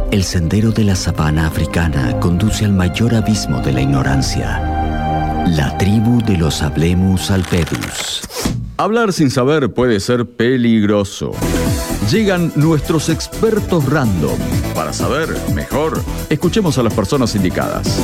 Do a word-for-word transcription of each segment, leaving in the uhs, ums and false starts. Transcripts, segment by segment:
El sendero de la sabana africana conduce al mayor abismo de la ignorancia. La tribu de los Hablemus Alpedus. Hablar sin saber puede ser peligroso. Llegan nuestros expertos random. Para saber mejor, escuchemos a las personas indicadas.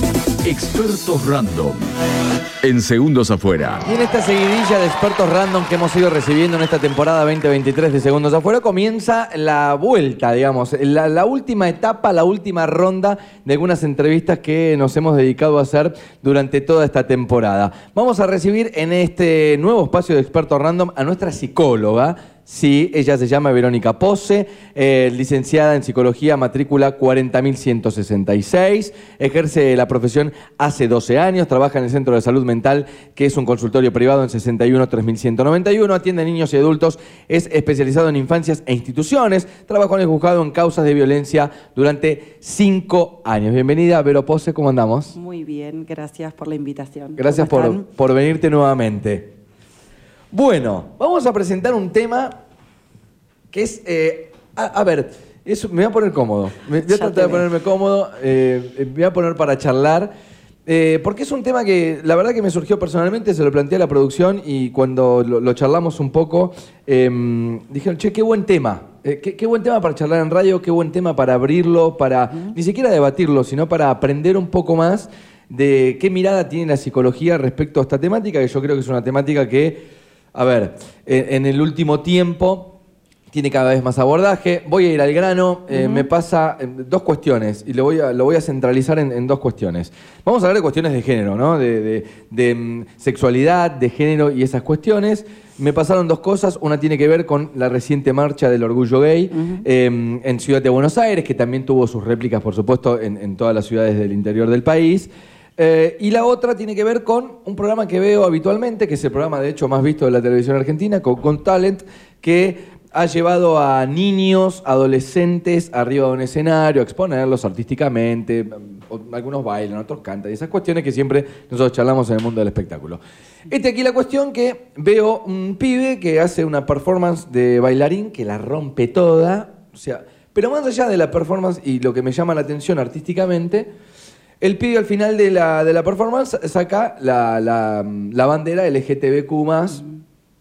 Expertos random. En Segundos Afuera. Y en esta seguidilla de expertos random que hemos ido recibiendo en esta temporada veinte veintitrés de Segundos Afuera, comienza la vuelta, digamos, la, la última etapa, la última ronda de algunas entrevistas que nos hemos dedicado a hacer durante toda esta temporada. Vamos a recibir en este nuevo espacio de expertos random a nuestra psicóloga. Sí, ella se llama Verónica Pose, eh, licenciada en Psicología, matrícula cuarenta mil ciento sesenta y seis, ejerce la profesión hace doce años, trabaja en el Centro de Salud Mental, que es un consultorio privado en sesenta y uno tres mil ciento noventa y uno, atiende a niños y adultos, es especializado en infancias e instituciones, trabajó en el juzgado en causas de violencia durante cinco años. Bienvenida, Vero Pose, ¿cómo andamos? Muy bien, gracias por la invitación. Gracias por, por venirte nuevamente. Bueno, vamos a presentar un tema que es, eh, a, a ver, eso, me voy a poner cómodo, me, voy a tratar de ponerme cómodo, eh, me voy a poner para charlar, eh, porque es un tema que la verdad que me surgió personalmente, se lo planteé a la producción y cuando lo, lo charlamos un poco, eh, dijeron, che, qué buen tema, eh, qué, qué buen tema para charlar en radio, qué buen tema para abrirlo, para uh-huh. ni siquiera debatirlo, sino para aprender un poco más de qué mirada tiene la psicología respecto a esta temática, que yo creo que es una temática que... A ver, en el último tiempo tiene cada vez más abordaje. Voy a ir al grano. Eh, uh-huh. Me pasa eh, dos cuestiones y lo voy a, lo voy a centralizar en, en dos cuestiones. Vamos a hablar de cuestiones de género, ¿no? De, de, de um, sexualidad, de género y esas cuestiones. Me pasaron dos cosas. Una tiene que ver con la reciente marcha del orgullo gay uh-huh. eh, en Ciudad de Buenos Aires, que también tuvo sus réplicas, por supuesto, en, en todas las ciudades del interior del país. Eh, y la otra tiene que ver con un programa que veo habitualmente, que es el programa de hecho más visto de la televisión argentina, con Got Talent, que ha llevado a niños, adolescentes arriba de un escenario a exponerlos artísticamente. Algunos bailan, otros cantan, y esas cuestiones que siempre nosotros charlamos en el mundo del espectáculo. Esta aquí la cuestión que veo un pibe que hace una performance de bailarín que la rompe toda, o sea, pero más allá de la performance y lo que me llama la atención artísticamente, el pibe al final de la, de la performance saca la, la, la bandera L G T B Q más, uh-huh.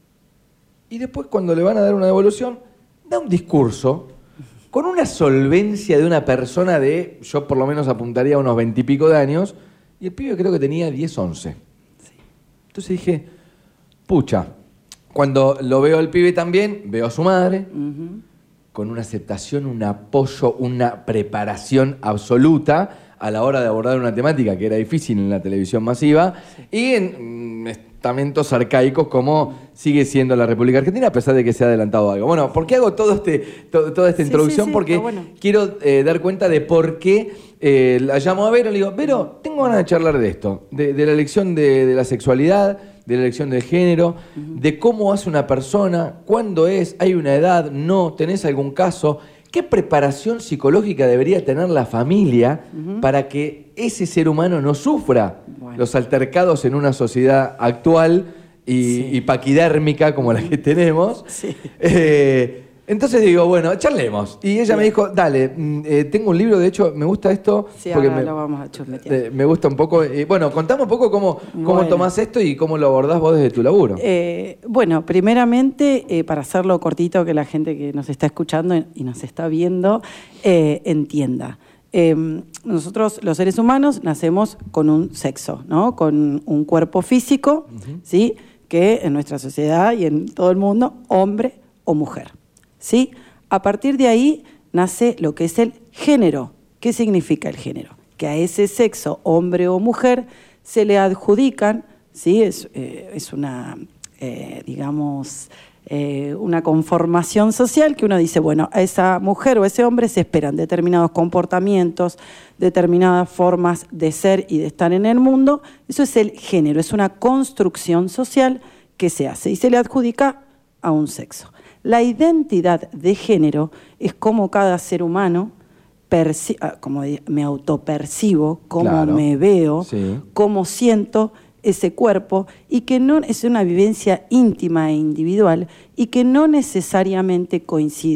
y después cuando le van a dar una devolución, da un discurso con una solvencia de una persona de, yo por lo menos apuntaría a unos veintipico de años, y el pibe creo que tenía diez, once. Sí. Entonces dije, pucha, cuando lo veo al pibe también, veo a su madre, uh-huh. con una aceptación, un apoyo, una preparación absoluta, a la hora de abordar una temática que era difícil en la televisión masiva, sí. y en estamentos arcaicos como sigue siendo la República Argentina, a pesar de que se ha adelantado algo. Bueno, ¿por qué hago todo este, todo, toda esta sí, introducción? Sí, sí, Porque bueno. quiero eh, dar cuenta de por qué eh, la llamo a Vero y le digo, Vero, tengo ganas de charlar de esto, de, de la elección de, de la sexualidad, de la elección del género, uh-huh. de cómo hace una persona, cuándo es, hay una edad, no, tenés algún caso... ¿Qué preparación psicológica debería tener la familia uh-huh. para que ese ser humano no sufra bueno. los altercados en una sociedad actual y, sí. y paquidérmica como uh-huh. la que tenemos? Sí. Eh, entonces digo, bueno, charlemos. Y ella sí. me dijo, dale, eh, tengo un libro, de hecho, me gusta esto. Sí, porque ahora me, lo vamos a chusmetear. Eh, me gusta un poco. Eh, bueno, contame un poco cómo, cómo bueno. tomás esto y cómo lo abordás vos desde tu laburo. Eh, bueno, primeramente, eh, para hacerlo cortito, que la gente que nos está escuchando y nos está viendo eh, entienda. Eh, nosotros, los seres humanos, nacemos con un sexo, ¿no? Con un cuerpo físico, uh-huh. ¿sí? Que en nuestra sociedad y en todo el mundo, hombre o mujer. ¿Sí? A partir de ahí nace lo que es el género. ¿Qué significa el género? Que a ese sexo, hombre o mujer, se le adjudican, ¿sí? es, eh, es una, eh, digamos, eh, una conformación social que uno dice, bueno, a esa mujer o a ese hombre se esperan determinados comportamientos, determinadas formas de ser y de estar en el mundo. Eso es el género, es una construcción social que se hace y se le adjudica a un sexo. La identidad de género es cómo cada ser humano, perci- como me autopercibo, cómo claro. me veo, sí. cómo siento ese cuerpo, y que no es una vivencia íntima e individual y que no necesariamente coincide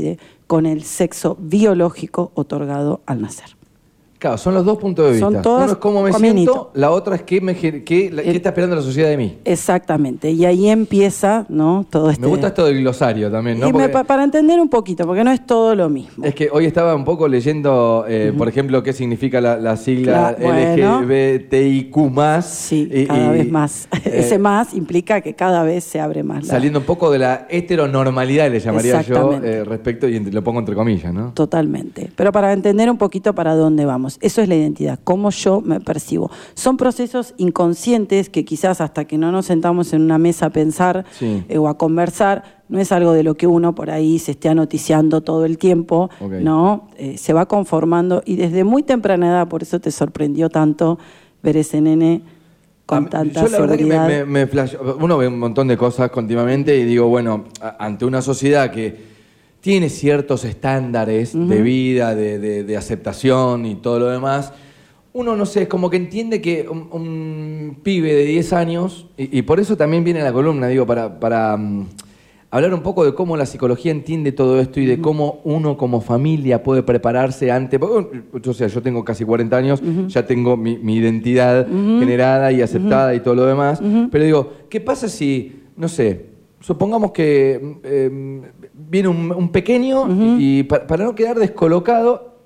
con el sexo biológico otorgado al nacer. Claro, son los dos puntos de vista. Son todas Uno es cómo me caminito. siento, la otra es qué, me, qué, qué está esperando la sociedad de mí. Exactamente, y ahí empieza, ¿no? Todo este... Me gusta esto del glosario también, ¿no? Y me, Porque para entender un poquito, porque no es todo lo mismo. es que hoy estaba un poco leyendo, eh, uh-huh. por ejemplo, qué significa la, la sigla Claro, bueno. L G B T I Q más. Sí, y, cada y, vez más. Eh, Ese más implica que cada vez se abre más. La... Saliendo un poco de la heteronormalidad, le llamaría yo, eh, respecto, y lo pongo entre comillas, ¿no? Totalmente. Pero para entender un poquito para dónde vamos. Eso es la identidad, cómo yo me percibo. Son procesos inconscientes que quizás hasta que no nos sentamos en una mesa a pensar sí. eh, o a conversar, no es algo de lo que uno por ahí se esté anoticiando todo el tiempo, okay. ¿no? Eh, se va conformando y desde muy temprana edad, por eso te sorprendió tanto ver ese nene con a, tanta yo la seguridad. verdad que me, me, me flash, uno ve un montón de cosas continuamente y digo, bueno, a, ante una sociedad que tiene ciertos estándares uh-huh. de vida, de, de, de aceptación y todo lo demás, uno, no sé, es como que entiende que un, un pibe de diez años, y, y por eso también viene la columna, digo, para, para um, hablar un poco de cómo la psicología entiende todo esto y de uh-huh. cómo uno como familia puede prepararse ante... O sea, yo tengo casi cuarenta años, uh-huh. ya tengo mi, mi identidad uh-huh. generada y aceptada uh-huh. y todo lo demás, uh-huh. pero digo, ¿qué pasa si, no sé, supongamos que eh, viene un, un pequeño uh-huh. y, y para, para no quedar descolocado...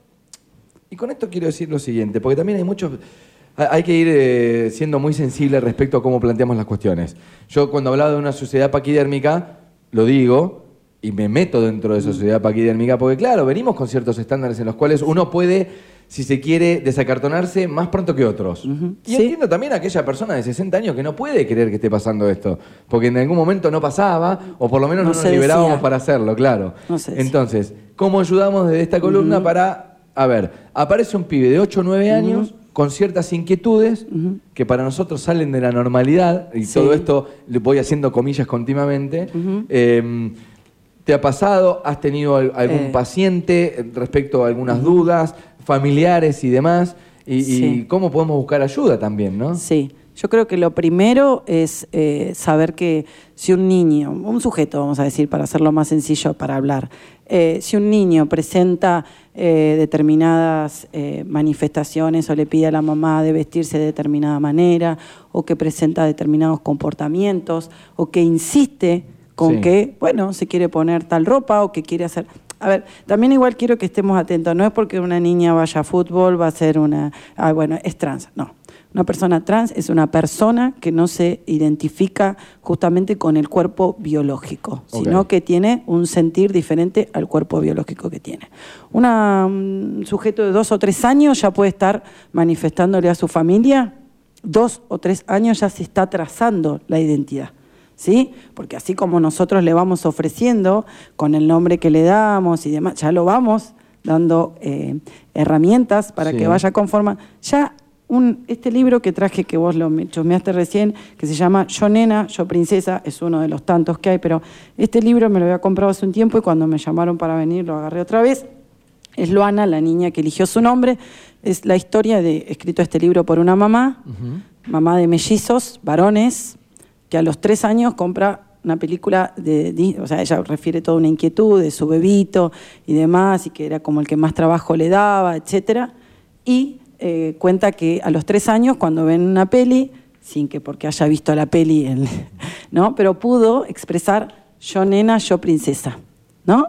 Y con esto quiero decir lo siguiente, porque también hay muchos... Hay que ir eh, siendo muy sensible respecto a cómo planteamos las cuestiones. Yo cuando hablaba de una sociedad paquidérmica, lo digo, y me meto dentro de esa sociedad paquidérmica, porque claro, venimos con ciertos estándares en los cuales uno puede, si se quiere, desacartonarse más pronto que otros. Uh-huh. Y ¿Sí? entiendo también a aquella persona de sesenta años que no puede creer que esté pasando esto, porque en algún momento no pasaba, o por lo menos no, no nos liberábamos decía. para hacerlo, claro. No se Entonces, ¿cómo ayudamos desde esta columna uh-huh. para... A ver, aparece un pibe de ocho o nueve años uh-huh. con ciertas inquietudes uh-huh. que para nosotros salen de la normalidad, y sí. todo esto le voy haciendo comillas continuamente. Uh-huh. Eh, ¿Te ha pasado? ¿Has tenido algún eh. paciente respecto a algunas uh-huh. dudas, familiares y demás? Y, sí. y cómo podemos buscar ayuda también, ¿no? Sí. Yo creo que lo primero es eh, saber que si un niño, un sujeto, vamos a decir, para hacerlo más sencillo para hablar, eh, si un niño presenta eh, determinadas eh, manifestaciones o le pide a la mamá de vestirse de determinada manera o que presenta determinados comportamientos o que insiste con sí. que, bueno, se quiere poner tal ropa o que quiere hacer... A ver, también igual quiero que estemos atentos, no es porque una niña vaya a fútbol, va a ser una... Ah, bueno, es trans, no. Una persona trans es una persona que no se identifica justamente con el cuerpo biológico, okay. sino que tiene un sentir diferente al cuerpo biológico que tiene. Una, un sujeto de dos o tres años ya puede estar manifestándole a su familia, dos o tres años ya se está trazando la identidad. ¿Sí? Porque así como nosotros le vamos ofreciendo con el nombre que le damos y demás, ya lo vamos dando eh, herramientas para sí. que vaya conformando. Ya un, este libro que traje, que vos lo chusmeaste recién, que se llama Yo Nena, Yo Princesa, es uno de los tantos que hay, pero este libro me lo había comprado hace un tiempo y cuando me llamaron para venir lo agarré otra vez. Es Luana, la niña que eligió su nombre. Es la historia de, escrito este libro por una mamá, uh-huh. mamá de mellizos, varones, que a los tres años compra una película de Disney, o sea, ella refiere toda una inquietud de su bebito y demás, y que era como el que más trabajo le daba, etcétera, y eh, cuenta que a los tres años, cuando ven una peli, sin que porque haya visto la peli, el, ¿no? Pero pudo expresar yo nena, yo princesa, ¿no?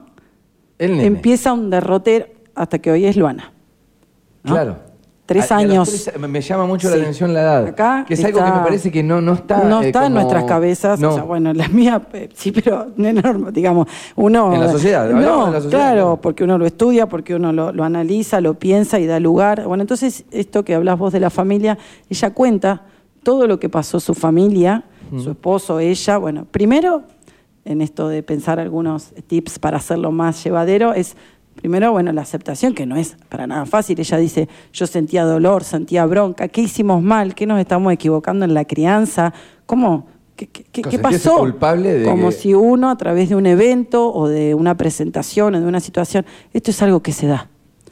El nene. Empieza un derrotero hasta que hoy es Luana, ¿no? Claro. Tres a, años. Tres, me llama mucho sí. la atención la edad. Acá que es está, algo que me parece que no, no está. No está eh, como, en nuestras cabezas. No. O sea, bueno, la mía, eh, sí, pero enorme, digamos, uno. En la sociedad, no, en la sociedad. Claro, porque uno lo estudia, porque uno lo, lo analiza, lo piensa y da lugar. Bueno, entonces, esto que hablas vos de la familia, ella cuenta todo lo que pasó su familia, mm. su esposo, ella. Bueno, primero, en esto de pensar algunos tips para hacerlo más llevadero, es. Primero, bueno, la aceptación, que no es para nada fácil. Ella dice, yo sentía dolor, sentía bronca. ¿Qué hicimos mal? ¿Qué nos estamos equivocando en la crianza? ¿Cómo? ¿Qué, qué, ¿qué pasó? Culpable de Como que... si uno, a través de un evento o de una presentación o de una situación, esto es algo que se da.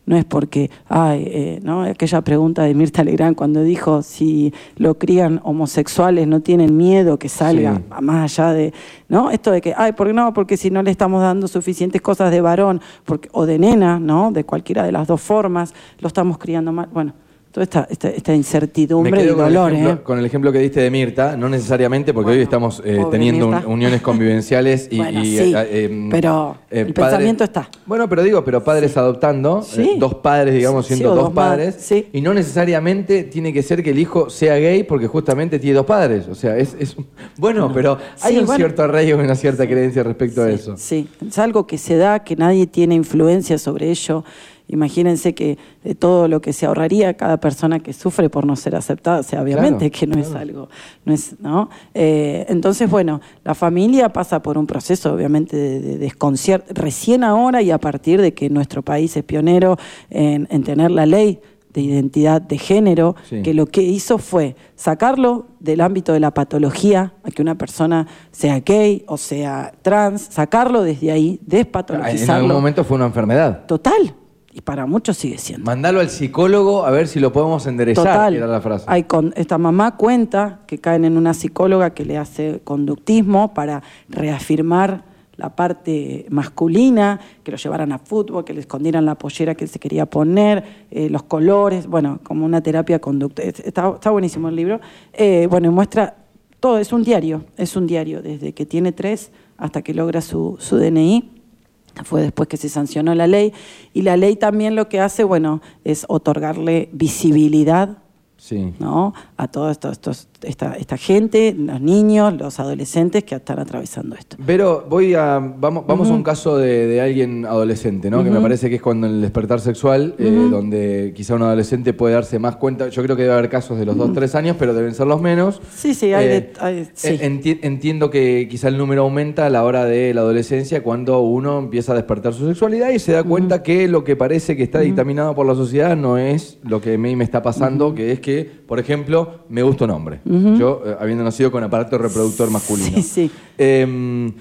no es porque, ay, eh, ¿no? Aquella pregunta de Mirta Legrand cuando dijo si lo crían homosexuales no tienen miedo que salga, sí. más allá de, ¿no? Esto de que, ay, ¿por qué no? Porque si no le estamos dando suficientes cosas de varón porque, o de nena, ¿no? De cualquiera de las dos formas, lo estamos criando mal. Bueno, toda esta, esta, esta incertidumbre y dolor. Con el, ejemplo, ¿eh? con el ejemplo que diste de Mirta, no necesariamente, porque bueno, hoy estamos eh, teniendo un, uniones convivenciales y... bueno, y sí, eh, eh, pero eh, el padre, pensamiento está. Bueno, pero digo, pero padres sí. adoptando, ¿Sí? eh, dos padres, digamos, siendo sí, dos, dos padres, sí. y no necesariamente tiene que ser que el hijo sea gay porque justamente tiene dos padres. O sea, es... es bueno, no. pero hay sí, un bueno, cierto arraigo y una cierta sí. creencia respecto sí, a eso. Sí, es algo que se da, que nadie tiene influencia sobre ello. Imagínense que de todo lo que se ahorraría cada persona que sufre por no ser aceptada, o sea, obviamente claro, que no claro. es algo, no es, ¿no? Eh, entonces, bueno, la familia pasa por un proceso, obviamente, de, de desconcierto, recién ahora y a partir de que nuestro país es pionero en, en tener la ley de identidad de género, sí. que lo que hizo fue sacarlo del ámbito de la patología, a que una persona sea gay o sea trans, sacarlo desde ahí, despatologizarlo. En algún momento fue una enfermedad. Total. Y para muchos sigue siendo. Mandalo al psicólogo a ver si lo podemos enderezar. Total. Era la frase. Hay con, esta mamá cuenta que caen en una psicóloga que le hace conductismo para reafirmar la parte masculina, que lo llevaran a fútbol, que le escondieran la pollera que él se quería poner, eh, los colores, bueno, como una terapia conducta. Está, está buenísimo el libro. Eh, bueno, y muestra todo, es un diario, es un diario, desde que tiene tres hasta que logra su, su D N I. Fue después que se sancionó la ley, y la ley también lo que hace, bueno, es otorgarle visibilidad, sí. ¿no? a toda esto, estos, esta, esta gente, los niños, los adolescentes que están atravesando esto. Pero voy a, vamos, vamos uh-huh. a un caso de, de alguien adolescente, ¿no? Uh-huh. Que me parece que es cuando el despertar sexual, uh-huh. eh, donde quizá un adolescente puede darse más cuenta. Yo creo que debe haber casos de los uh-huh. dos, tres años, pero deben ser los menos. Sí, sí, hay, eh, de, hay sí. enti- entiendo que quizá el número aumenta a la hora de la adolescencia cuando uno empieza a despertar su sexualidad y se da cuenta uh-huh. que lo que parece que está uh-huh. dictaminado por la sociedad no es lo que a mí me está pasando, uh-huh. que es que, por ejemplo, me gusta un hombre. Uh-huh. Yo, eh, habiendo nacido con aparato reproductor masculino. Sí, sí. Eh,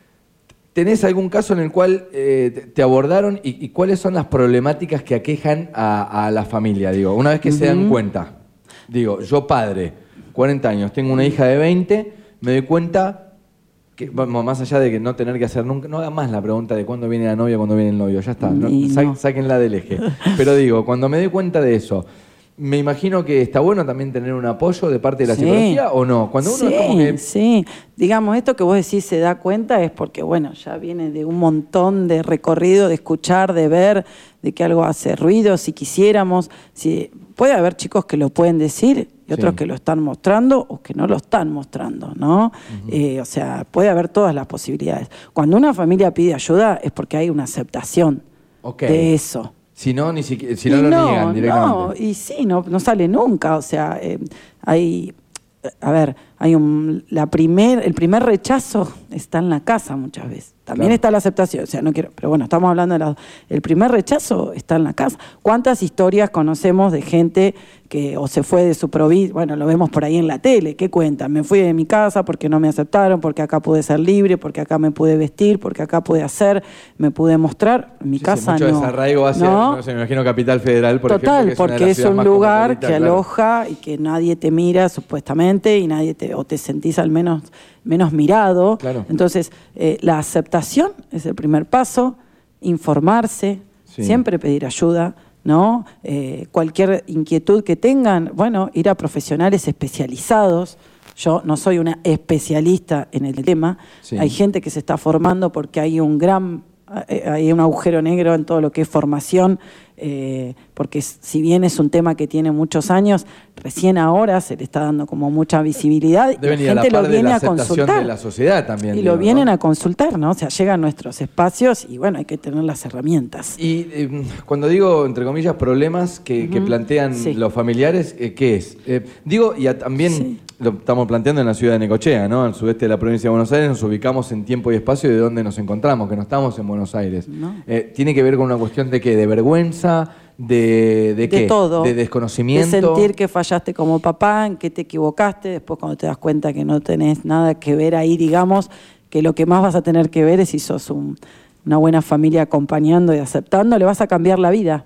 ¿Tenés algún caso en el cual eh, te abordaron y, y cuáles son las problemáticas que aquejan a, a la familia? Digo, una vez que uh-huh. se dan cuenta, digo, yo padre, cuarenta años, tengo una hija de veinte, me doy cuenta que, vamos, más allá de que no tener que hacer nunca, no haga más la pregunta de cuándo viene la novia, cuándo viene el novio, ya está, no, no. Sá, sáquenla del eje. Pero digo, cuando me doy cuenta de eso, me imagino que está bueno también tener un apoyo de parte de la sí. psicología, ¿o no? Cuando uno sí, es como que... sí. Digamos, esto que vos decís se da cuenta es porque, bueno, ya viene de un montón de recorrido, de escuchar, de ver, de que algo hace ruido, si quisiéramos. Si, puede haber chicos que lo pueden decir y otros sí. que lo están mostrando o que no lo están mostrando, ¿no? Uh-huh. Eh, o sea, puede haber todas las posibilidades. Cuando una familia pide ayuda es porque hay una aceptación okay. de eso. Si no, ni siquiera, si no lo no, niegan directamente. No, y sí, no, no sale nunca. O sea, eh, hay, a ver, hay un, la primer, el primer rechazo está en la casa muchas veces. También claro. está la aceptación, o sea, no quiero, pero bueno, estamos hablando de la, el primer rechazo está en la casa. ¿Cuántas historias conocemos de gente que o se fue de su provincia? Bueno, lo vemos por ahí en la tele, ¿qué cuentan? Me fui de mi casa porque no me aceptaron, porque acá pude ser libre, porque acá me pude vestir, porque acá pude hacer, me pude mostrar. En mi sí, casa sí, mucho no. Mucho desarraigo hacia, ¿no? no sé, me imagino Capital Federal, por Total, ejemplo, que porque es, es un lugar que claro. aloja y que nadie te mira supuestamente y nadie te, o te sentís al menos menos mirado. Claro. Entonces, eh, la aceptación es el primer paso, informarse, sí. siempre pedir ayuda, ¿no? Eh, cualquier inquietud que tengan, bueno, ir a profesionales especializados. Yo no soy una especialista en el tema. Sí. Hay gente que se está formando porque hay un gran, hay un agujero negro en todo lo que es formación, eh, porque si bien es un tema que tiene muchos años, recién ahora se le está dando como mucha visibilidad y la gente lo viene a consultar. De la sociedad también. Y digo, lo vienen ¿no? a consultar, ¿no? O sea, llegan a nuestros espacios y bueno, hay que tener las herramientas. Y eh, cuando digo, entre comillas, problemas que, uh-huh. que plantean sí. los familiares, eh, ¿qué es? Eh, digo, y a, también sí. lo estamos planteando en la ciudad de Necochea, ¿no? Al sudeste de la provincia de Buenos Aires, nos ubicamos en tiempo y espacio de donde nos encontramos, que no estamos en Buenos Aires. No. Eh, ¿Tiene que ver con una cuestión de qué? ¿De vergüenza? ¿De, de, de qué? todo. ¿De desconocimiento? De sentir que fallaste como papá, en que te equivocaste, después cuando te das cuenta que no tenés nada que ver ahí, digamos, que lo que más vas a tener que ver es si sos un, una buena familia acompañando y aceptando, le vas a cambiar la vida.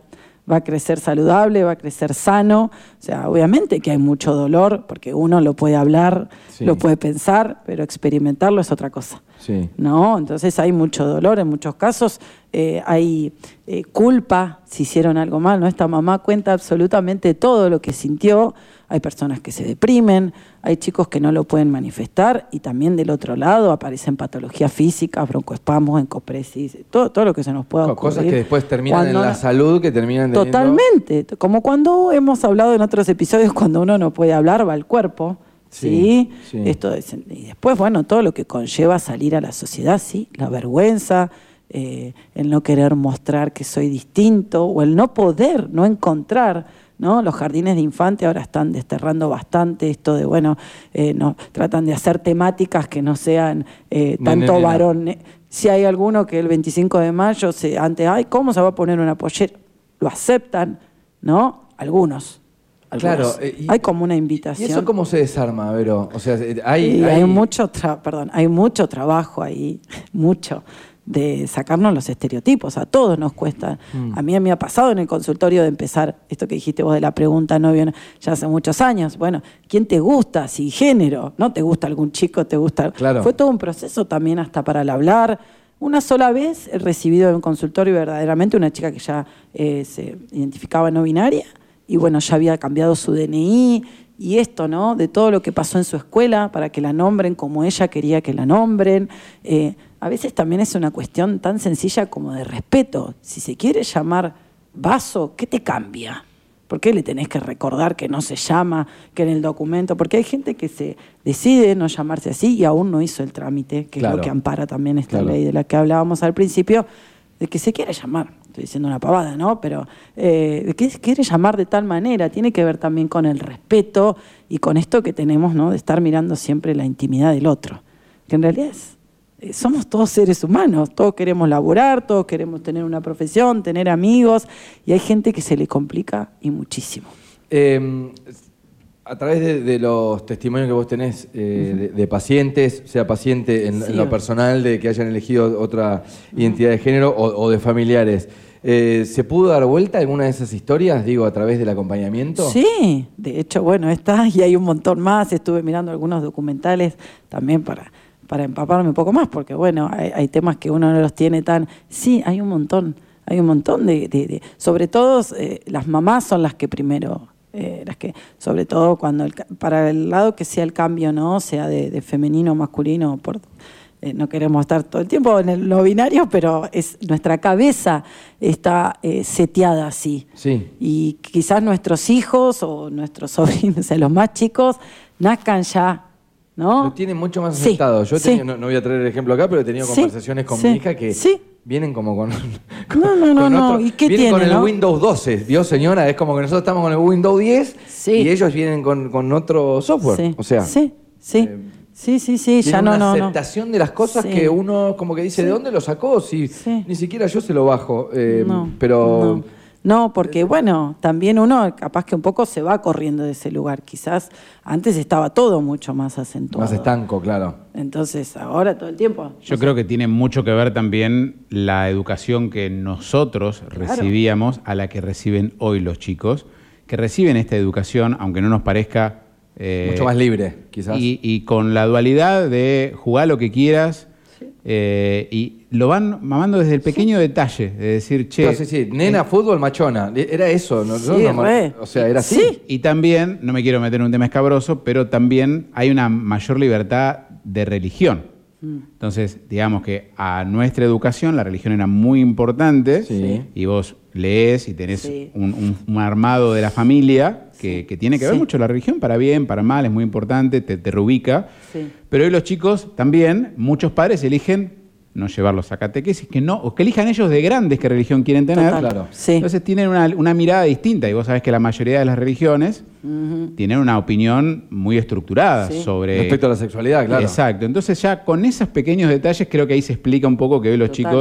va a crecer saludable, va a crecer sano. O sea, obviamente que hay mucho dolor, porque uno lo puede hablar, sí. lo puede pensar, pero experimentarlo es otra cosa. Sí. ¿No? Entonces hay mucho dolor en muchos casos, eh, hay eh, culpa si hicieron algo mal, ¿no? Esta mamá cuenta absolutamente todo lo que sintió. Hay personas que se deprimen, hay chicos que no lo pueden manifestar y también del otro lado aparecen patologías físicas, broncoespasmos, encopresis, todo, todo lo que se nos pueda ocurrir. Cosas que después terminan cuando en la no, salud, que terminan teniendo... Totalmente, como cuando hemos hablado en otros episodios, cuando uno no puede hablar, va al cuerpo, ¿sí? sí, sí. Esto es, y después, bueno, todo lo que conlleva salir a la sociedad, sí, la vergüenza, eh, el no querer mostrar que soy distinto o el no poder, no encontrar... ¿no? Los jardines de infantes ahora están desterrando bastante esto de, bueno, eh, no, tratan de hacer temáticas que no sean eh, tanto no, no, no, varón. No. Si hay alguno que el veinticinco de mayo, se, antes, ay, ¿cómo se va a poner una pollera? Lo aceptan, ¿no? Algunos. Algunos. Claro. Eh, y, hay como una invitación. ¿Y eso cómo se desarma, Vero? O sea, hay... hay... hay mucho, tra- perdón, hay mucho trabajo ahí, mucho. De sacarnos los estereotipos, a todos nos cuesta. Mm. A mí me ha pasado en el consultorio de empezar, esto que dijiste vos de la pregunta novio, ya hace muchos años, bueno, ¿quién te gusta? Si género, ¿no? ¿Te gusta algún chico? ¿Te gusta? Claro. Fue todo un proceso también hasta para el hablar. Una sola vez he recibido en un consultorio verdaderamente una chica que ya eh, se identificaba no binaria y bueno, ya había cambiado su D N I y esto, ¿no? De todo lo que pasó en su escuela para que la nombren como ella quería que la nombren. Eh, A veces también es una cuestión tan sencilla como de respeto. Si se quiere llamar vaso, ¿qué te cambia? ¿Por qué le tenés que recordar que no se llama, que en el documento? Porque hay gente que se decide no llamarse así y aún no hizo el trámite, que claro. es lo que ampara también esta claro. ley de la que hablábamos al principio, de que se quiere llamar. Estoy diciendo una pavada, ¿no? Pero eh, de que se quiere llamar de tal manera, tiene que ver también con el respeto y con esto que tenemos, ¿no? De estar mirando siempre la intimidad del otro. Que en realidad es... Somos todos seres humanos, todos queremos laburar, todos queremos tener una profesión, tener amigos, y hay gente que se le complica y muchísimo. Eh, a través de, de los testimonios que vos tenés eh, uh-huh. de, de pacientes, sea paciente en, sí, en lo personal, de que hayan elegido otra uh-huh. identidad de género o, o de familiares, eh, ¿se pudo dar vuelta alguna de esas historias, digo, a través del acompañamiento? Sí, de hecho, bueno, está, y hay un montón más, estuve mirando algunos documentales también para... para empaparme un poco más, porque bueno, hay, hay temas que uno no los tiene tan... Sí, hay un montón, hay un montón de... de, de sobre todo eh, las mamás son las que primero, eh, las que, sobre todo cuando, el, para el lado que sea el cambio, ¿no? Sea de, de femenino o masculino, por, eh, no queremos estar todo el tiempo en el, lo binario, pero es, nuestra cabeza está eh, seteada así. Sí. Y quizás nuestros hijos o nuestros sobrinos, o sea, los más chicos, nazcan ya... ¿no? Lo tienen mucho más aceptado. Sí, Yo he sí. tenido, no, no voy a traer el ejemplo acá, pero he tenido sí, conversaciones con sí, mi hija que sí. vienen como con... con no, no, no, con no. otro, ¿Y qué vienen tiene, con el no? Windows doce, Dios señora, es como que nosotros estamos con el Windows diez sí. y ellos vienen con, con otro software. Sí. O sea, sí, sí. Eh, Sí, sí, sí, ya no, una no, aceptación no. de las cosas sí. que uno como que dice, sí. ¿de dónde lo sacó? Si sí. ni siquiera yo se lo bajo. Eh, no, pero... No. No, porque bueno, también uno capaz que un poco se va corriendo de ese lugar. Quizás antes estaba todo mucho más acentuado. Más estanco, claro. Entonces ahora todo el tiempo. Yo no creo sé. que tiene mucho que ver también la educación que nosotros claro. recibíamos a la que reciben hoy los chicos, que reciben esta educación, aunque no nos parezca... Eh, mucho más libre, quizás. Y, y con la dualidad de jugar lo que quieras sí. eh, y lo van mamando desde el pequeño sí. detalle, de decir, che... No, sí, sí, nena, eh, fútbol, machona, era eso, ¿no? Sí, no, no o sea, era así. Sí. Y también, no me quiero meter en un tema escabroso, pero también hay una mayor libertad de religión. Mm. Entonces, digamos que a nuestra educación la religión era muy importante sí. y vos lees y tenés sí. un, un, un armado de la familia que, que tiene que ver sí. mucho la religión, para bien, para mal, es muy importante, te, te reubica. Sí. Pero hoy los chicos también, muchos padres eligen no llevarlos a catequesis, que no, o que elijan ellos de grandes qué religión quieren tener. Claro. Sí. Entonces tienen una, una mirada distinta, y vos sabés que la mayoría de las religiones uh-huh. tienen una opinión muy estructurada sí. sobre... Respecto a la sexualidad, claro. Exacto. Entonces ya con esos pequeños detalles creo que ahí se explica un poco que hoy los Total. chicos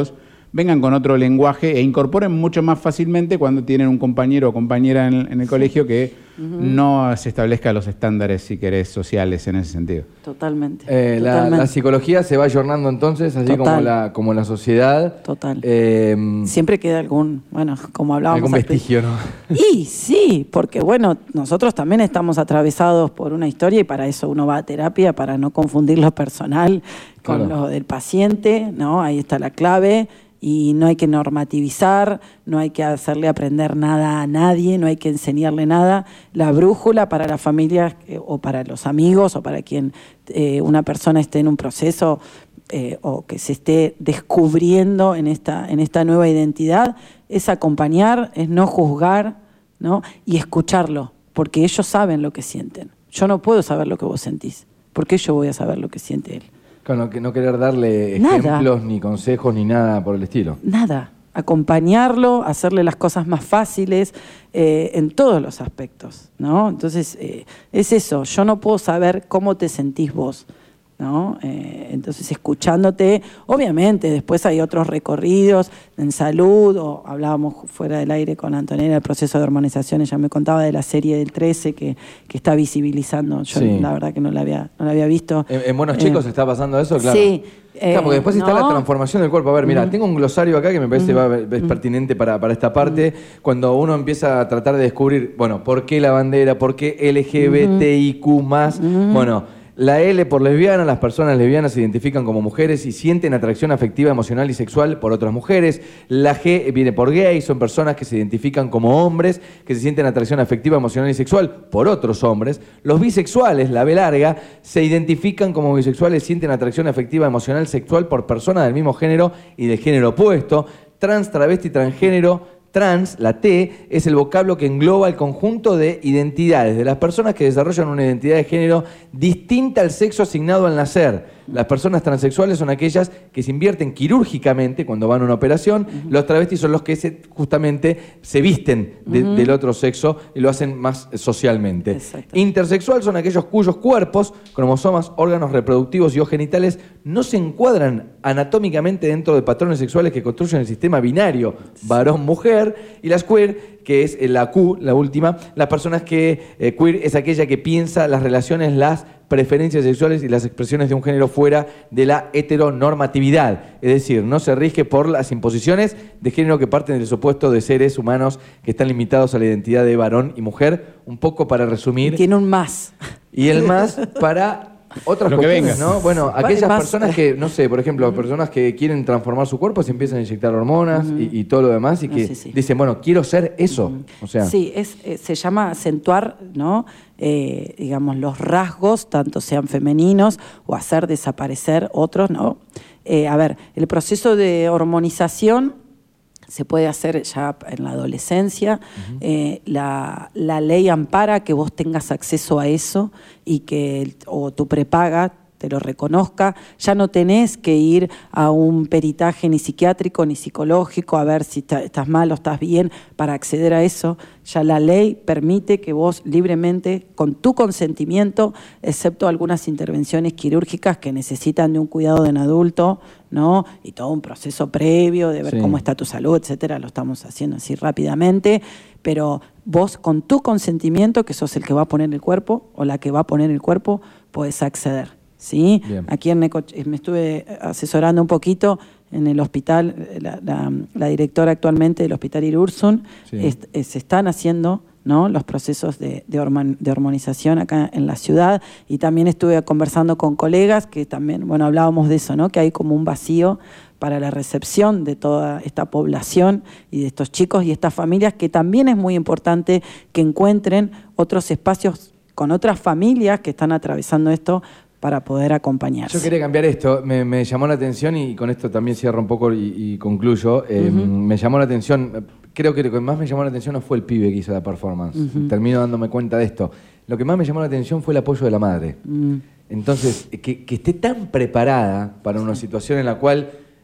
vengan con otro lenguaje e incorporen mucho más fácilmente cuando tienen un compañero o compañera en, en el colegio que uh-huh. no se establezca los estándares, si querés, sociales en ese sentido. Totalmente. Eh, la, totalmente. la psicología se va ayornando entonces, así como la, como la sociedad. Total. Eh, Siempre queda algún, bueno, como hablábamos. Algún vestigio, ¿no? Y sí, porque bueno, nosotros también estamos atravesados por una historia y para eso uno va a terapia, para no confundir lo personal con claro. lo del paciente, ¿no? Ahí está la clave. Y no hay que normativizar, no hay que hacerle aprender nada a nadie, no hay que enseñarle nada. La brújula para las familias eh, o para los amigos o para quien eh, una persona esté en un proceso eh, o que se esté descubriendo en esta, en esta nueva identidad es acompañar, es no juzgar, ¿no? Y escucharlo, porque ellos saben lo que sienten. Yo no puedo saber lo que vos sentís, ¿por qué yo voy a saber lo que siente él? Claro, que no querer darle ejemplos, nada. Ni consejos, ni nada por el estilo. Nada. Acompañarlo, hacerle las cosas más fáciles eh, en todos los aspectos, ¿no? Entonces, eh, es eso. Yo no puedo saber cómo te sentís vos, ¿no? Eh, entonces, escuchándote, obviamente, después hay otros recorridos en salud, o hablábamos fuera del aire con Antonella, el proceso de hormonización, ella me contaba de la serie del trece que, que está visibilizando, yo sí. la verdad que no la había, no la había visto. ¿En, en Buenos Chicos eh, está pasando eso? Claro. Sí. Eh, claro, porque después no. está la transformación del cuerpo. A ver, mira, uh-huh. tengo un glosario acá que me parece uh-huh. va, es pertinente para, para esta parte. Uh-huh. Cuando uno empieza a tratar de descubrir, bueno, ¿por qué la bandera? ¿Por qué L G B T I Q más? Uh-huh. Bueno, la L por lesbiana, las personas lesbianas se identifican como mujeres y sienten atracción afectiva, emocional y sexual por otras mujeres. La G viene por gay, son personas que se identifican como hombres, que se sienten atracción afectiva, emocional y sexual por otros hombres. Los bisexuales, la B larga, se identifican como bisexuales, sienten atracción afectiva, emocional, sexual por personas del mismo género y del género opuesto. Trans, travesti, transgénero. Trans, la T, es el vocablo que engloba el conjunto de identidades de las personas que desarrollan una identidad de género distinta al sexo asignado al nacer. Las personas transexuales son aquellas que se invierten quirúrgicamente cuando van a una operación. Uh-huh. Los travestis son los que se, justamente se visten de, uh-huh. del otro sexo y lo hacen más socialmente. Intersexual son aquellos cuyos cuerpos, cromosomas, órganos reproductivos y o genitales no se encuadran anatómicamente dentro de patrones sexuales que construyen el sistema binario varón-mujer. Y las queer, que es la Q, la última, las personas que eh, queer es aquella que piensa las relaciones, las preferencias sexuales y las expresiones de un género fuera de la heteronormatividad. Es decir, no se rige por las imposiciones de género que parten del supuesto de seres humanos que están limitados a la identidad de varón y mujer. Un poco para resumir. Y tiene un más. Y el más para otras lo que cuestiones, venga. ¿no? Bueno, aquellas más, personas que, no sé, por ejemplo, personas que quieren transformar su cuerpo, se empiezan a inyectar hormonas uh-huh. y, y todo lo demás y que no, sí, sí. dicen, bueno, quiero ser eso. Uh-huh. O sea, sí, es, eh, se llama acentuar, ¿no? Eh, digamos, los rasgos, tanto sean femeninos o hacer desaparecer otros, ¿no? Eh, a ver, el proceso de hormonización se puede hacer ya en la adolescencia. Uh-huh. eh, la, la ley ampara que vos tengas acceso a eso y que o tu prepaga te lo reconozca. Ya no tenés que ir a un peritaje ni psiquiátrico ni psicológico a ver si está, estás mal o estás bien para acceder a eso. Ya la ley permite que vos libremente, con tu consentimiento, excepto algunas intervenciones quirúrgicas que necesitan de un cuidado de un adulto, ¿no? Y todo un proceso previo de ver sí. cómo está tu salud, etcétera, lo estamos haciendo así rápidamente, pero vos con tu consentimiento, que sos el que va a poner el cuerpo o la que va a poner el cuerpo, podés acceder. ¿Sí? Aquí en Necochea, me estuve asesorando un poquito en el hospital, la, la, la directora actualmente del Hospital Irursun, sí. es, es, se están haciendo, ¿no? los procesos de, de, hormon, de hormonización acá en la ciudad, y también estuve conversando con colegas que también, bueno, hablábamos de eso, ¿no? que hay como un vacío para la recepción de toda esta población y de estos chicos y estas familias, que también es muy importante que encuentren otros espacios con otras familias que están atravesando esto, para poder acompañarse. Yo quería cambiar esto, me, me llamó la atención y con esto también cierro un poco y, y concluyo. Eh, uh-huh. Me llamó la atención, creo que lo que más me llamó la atención no fue el pibe que hizo la performance, uh-huh. termino dándome cuenta de esto. Lo que más me llamó la atención fue el apoyo de la madre. Uh-huh. Entonces, que, que esté tan preparada para una situación en la cual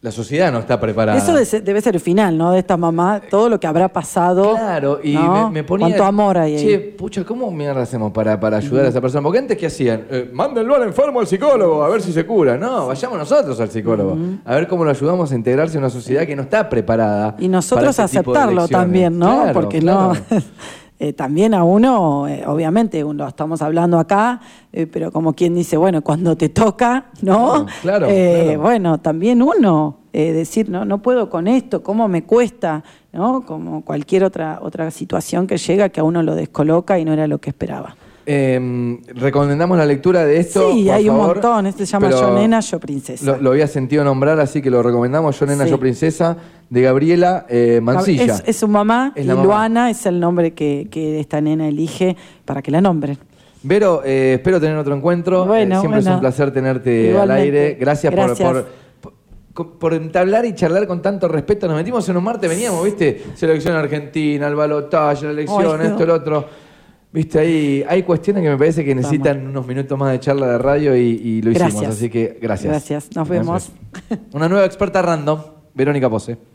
la sociedad no está preparada. Eso de- debe ser el final, ¿no? De esta mamá, todo lo que habrá pasado. Claro, y ¿no? me, me ponía... Cuánto amor hay ahí. Che, pucha, ¿cómo mierda hacemos para, para ayudar a esa persona? Porque antes, ¿qué hacían? Eh, mándenlo al enfermo al psicólogo, a ver si se cura. No, vayamos nosotros al psicólogo. A ver cómo lo ayudamos a integrarse en una sociedad que no está preparada. Y nosotros para ese tipo de aceptarlo lecciones. también, ¿no? Claro, Porque claro. no... eh, también a uno, eh, obviamente, uno, lo estamos hablando acá, eh, pero como quien dice, bueno, cuando te toca, ¿no? Claro, claro, Eh, claro. Bueno, también uno eh, decir, no, no puedo con esto, cómo me cuesta, ¿no? Como cualquier otra, otra situación que llega que a uno lo descoloca y no era lo que esperaba. Eh, recomendamos la lectura de esto. Sí, por hay un favor, montón. Este se llama pero Yo Nena, Yo Princesa. Lo, lo había sentido nombrar, así que lo recomendamos. Yo Nena, Sí. Yo Princesa, de Gabriela eh, Mancilla. Es, es su mamá Es y la mamá. Luana es el nombre que, que esta nena elige para que la nombren. Vero, eh, espero tener otro encuentro. Bueno, Eh, siempre es bueno. un placer tenerte Igualmente. al aire. Gracias, por- Gracias. Por, por, por entablar y charlar con tanto respeto. Nos metimos en un martes, veníamos, ¿viste? Selección argentina, el balotaje, la elección, Ay, no. esto, el otro. Viste, ahí hay cuestiones que me parece que necesitan unos minutos más de charla de radio y, y lo hicimos. Gracias. Así que gracias. Gracias. Nos vemos. Una nueva experta random, Verónica Pose.